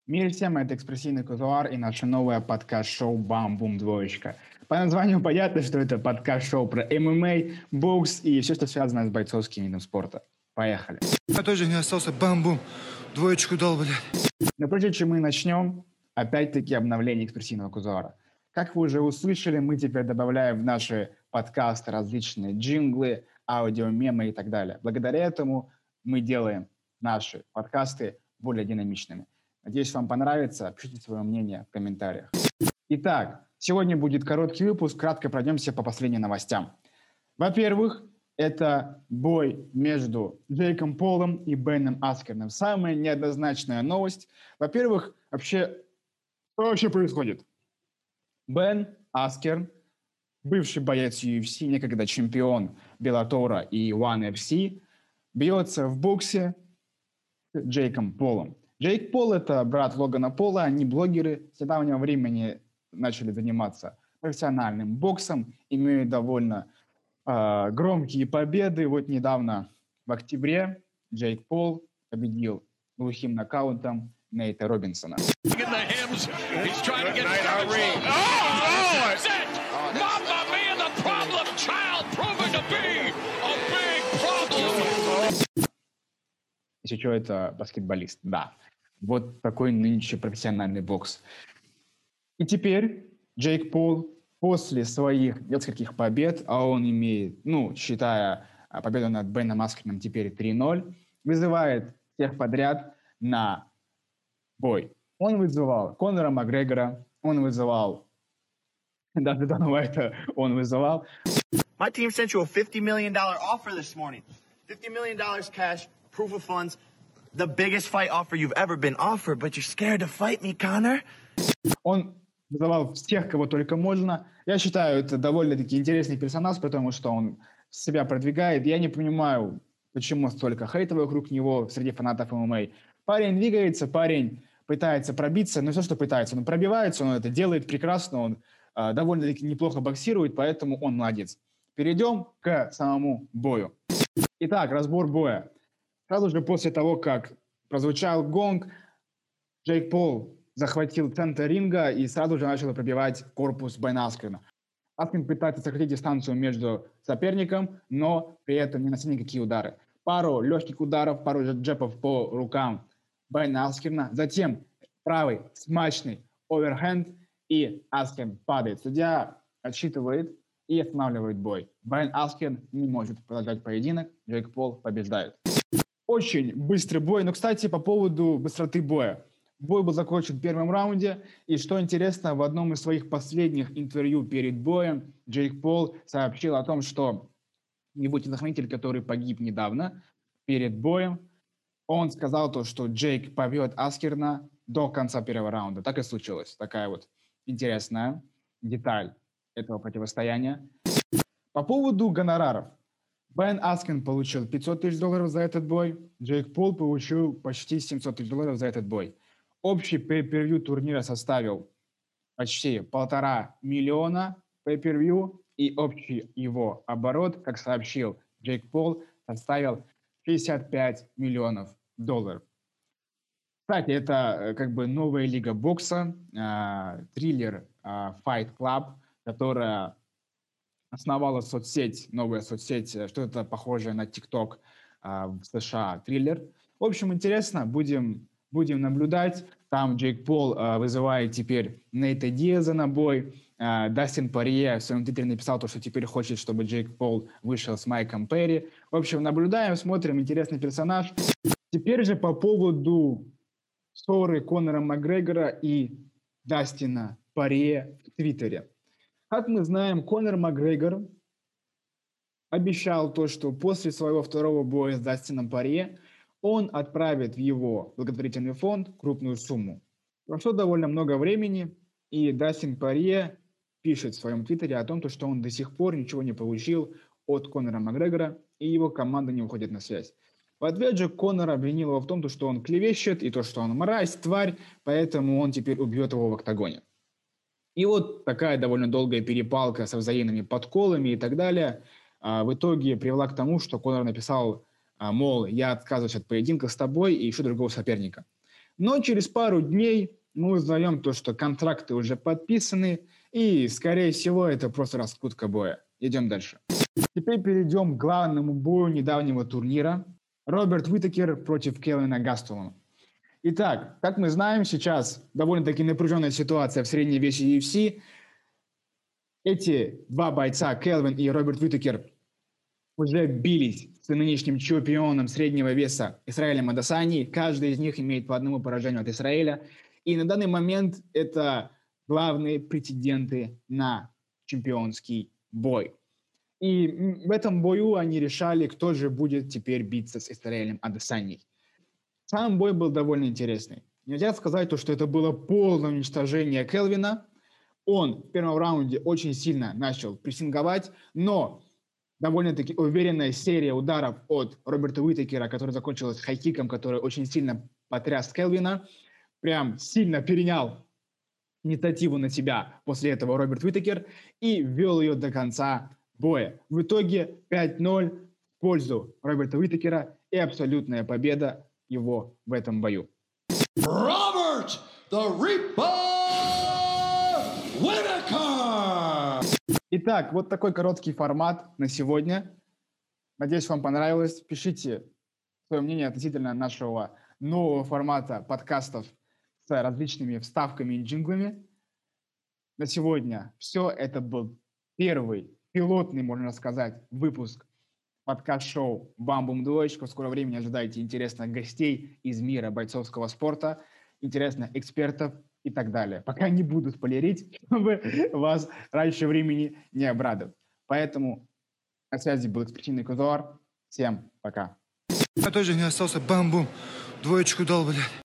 Мир всем, это «Экспрессивный казуар» и наше новое подкаст-шоу «Бам-бум двоечка». По названию понятно, что это подкаст-шоу про ММА, бокс и все, что связано с бойцовским видом спорта. Поехали. Я тоже не остался, бам-бум, двоечку дал, блядь. Но прежде чем мы начнем, опять-таки обновление «Экспрессивного казуара». Как вы уже услышали, мы теперь добавляем в наши подкасты различные джинглы, аудиомемы и так далее. Благодаря этому мы делаем наши подкасты более динамичными. Надеюсь, вам понравится. Пишите свое мнение в комментариях. Итак, сегодня будет короткий выпуск. Кратко пройдемся по последним новостям. Во-первых, это бой между Джейком Полом и Беном Аскерном. Самая неоднозначная новость. Во-первых, что вообще происходит? Бен Аскерн, бывший боец UFC, некогда чемпион Беллатора и One FC, бьется в боксе с Джейком Полом. Джейк Пол – это брат Логана Пола, они блогеры, с недавнего времени начали заниматься профессиональным боксом, имеют довольно громкие победы. Вот недавно, в октябре, Джейк Пол победил глухим нокаутом Нейта Робинсона. Если что, это баскетболист, да. Вот такой нынче профессиональный бокс. И теперь Джейк Пол после своих нескольких побед, а он имеет, считая победу над Беном Аскерном теперь 3-0, вызывает всех подряд на бой. Он вызывал Конора Макгрегора, он вызывал даже Дана Уайта, он вызывал. My team sent you a $50 million offer this morning. $50 million cash, proof of funds. The biggest fight offer you've ever been offered, but you're scared to fight me, Conor. Он вызывал всех, кого только можно. Я считаю, это довольно-таки интересный персонаж, потому что он себя продвигает. Я не понимаю, почему столько хейта вокруг него среди фанатов ММА. Парень двигается, парень пытается пробиться, но все, что пытается, он пробивается, он это делает прекрасно, он довольно-таки неплохо боксирует, поэтому он молодец. Перейдем к самому бою. Итак, разбор боя. Сразу же после того, как прозвучал гонг, Джейк Пол захватил центр ринга и сразу же начал пробивать корпус Бена Аскерна. Аскерн пытается сократить дистанцию между соперником, но при этом не наносить никакие удары. Пару легких ударов, пару джебов по рукам Бена Аскерна. Затем правый смачный оверхенд, и Аскерн падает. Судья отсчитывает и останавливает бой. Бен Аскерн не может продолжать поединок. Джейк Пол побеждает. Очень быстрый бой. Но, кстати, по поводу быстроты боя. Бой был закончен в первом раунде. И что интересно, в одном из своих последних интервью перед боем Джейк Пол сообщил о том, что его телохранитель, который погиб недавно, перед боем, он сказал то, что Джейк побьет Аскерна до конца первого раунда. Так и случилось. Такая вот интересная деталь этого противостояния. По поводу гонораров. Бен Аскерн получил $500 тысяч за этот бой. Джейк Пол получил почти $700 тысяч за этот бой. Общий pay-per-view турнира составил почти $1,5 миллиона pay-per-view. И общий его оборот, как сообщил Джейк Пол, составил $65 миллионов. Кстати, это как бы новая лига бокса, триллер Fight Club, которая основала новая соцсеть, что-то похожее на TikTok в США, триллер. В общем, интересно, будем наблюдать. Там Джейк Пол вызывает теперь Нейта Диаза на бой. Дастин Порье в своем твиттере написал, что теперь хочет, чтобы Джейк Пол вышел с Майком Перри. В общем, наблюдаем, смотрим, интересный персонаж. Теперь же по поводу ссоры Конора Макгрегора и Дастина Порье в твиттере. Как мы знаем, Конор Макгрегор обещал то, что после своего второго боя с Дастином Порье он отправит в его благотворительный фонд крупную сумму. Прошло довольно много времени, и Дастин Порье пишет в своем твиттере о том, что он до сих пор ничего не получил от Конора Макгрегора, и его команда не выходит на связь. В ответ же Конор обвинил его в том, что он клевещет, и то, что он мразь, тварь, поэтому он теперь убьет его в октагоне. И вот такая довольно долгая перепалка со взаимными подколами и так далее в итоге привела к тому, что Конор написал, мол, я отказываюсь от поединка с тобой и ищу другого соперника. Но через пару дней мы узнаем то, что контракты уже подписаны, и, скорее всего, это просто раскрутка боя. Идем дальше. Теперь перейдем к главному бою недавнего турнира. Роберт Уитакер против Келвина Гастелмана. Итак, как мы знаем, сейчас довольно-таки напряженная ситуация в средней весе UFC. Эти два бойца, Келвин и Роберт Уитакер, уже бились с нынешним чемпионом среднего веса Исраилем Адесаньей. Каждый из них имеет по одному поражению от Израиля. И на данный момент это главные претенденты на чемпионский бой. И в этом бою они решали, кто же будет теперь биться с Исраилем Адесаньей. Сам бой был довольно интересный. Нельзя сказать, что это было полное уничтожение Келвина. Он в первом раунде очень сильно начал прессинговать, но довольно-таки уверенная серия ударов от Роберта Уитакера, которая закончилась хайкиком, который очень сильно потряс Келвина, прям сильно перенял инициативу на себя после этого Роберт Уитакер и вел ее до конца боя. В итоге 5-0 в пользу Роберта Уитакера и абсолютная победа его в этом бою. Robert the Reaper Whittaker! Итак, вот такой короткий формат на сегодня. Надеюсь, вам понравилось. Пишите свое мнение относительно нашего нового формата подкастов с различными вставками и джинглами. На сегодня все. Это был первый пилотный, можно сказать, выпуск подкаст-шоу «Бам-бум двоечка». В скором времени ожидайте интересных гостей из мира бойцовского спорта, интересных экспертов и так далее. Пока не буду спойлерить, чтобы вас раньше времени не обрадовать. Поэтому на связи был экспертивный Кузуар. Всем пока. Я тоже не остался, бам-бум, двоечку дал, блядь.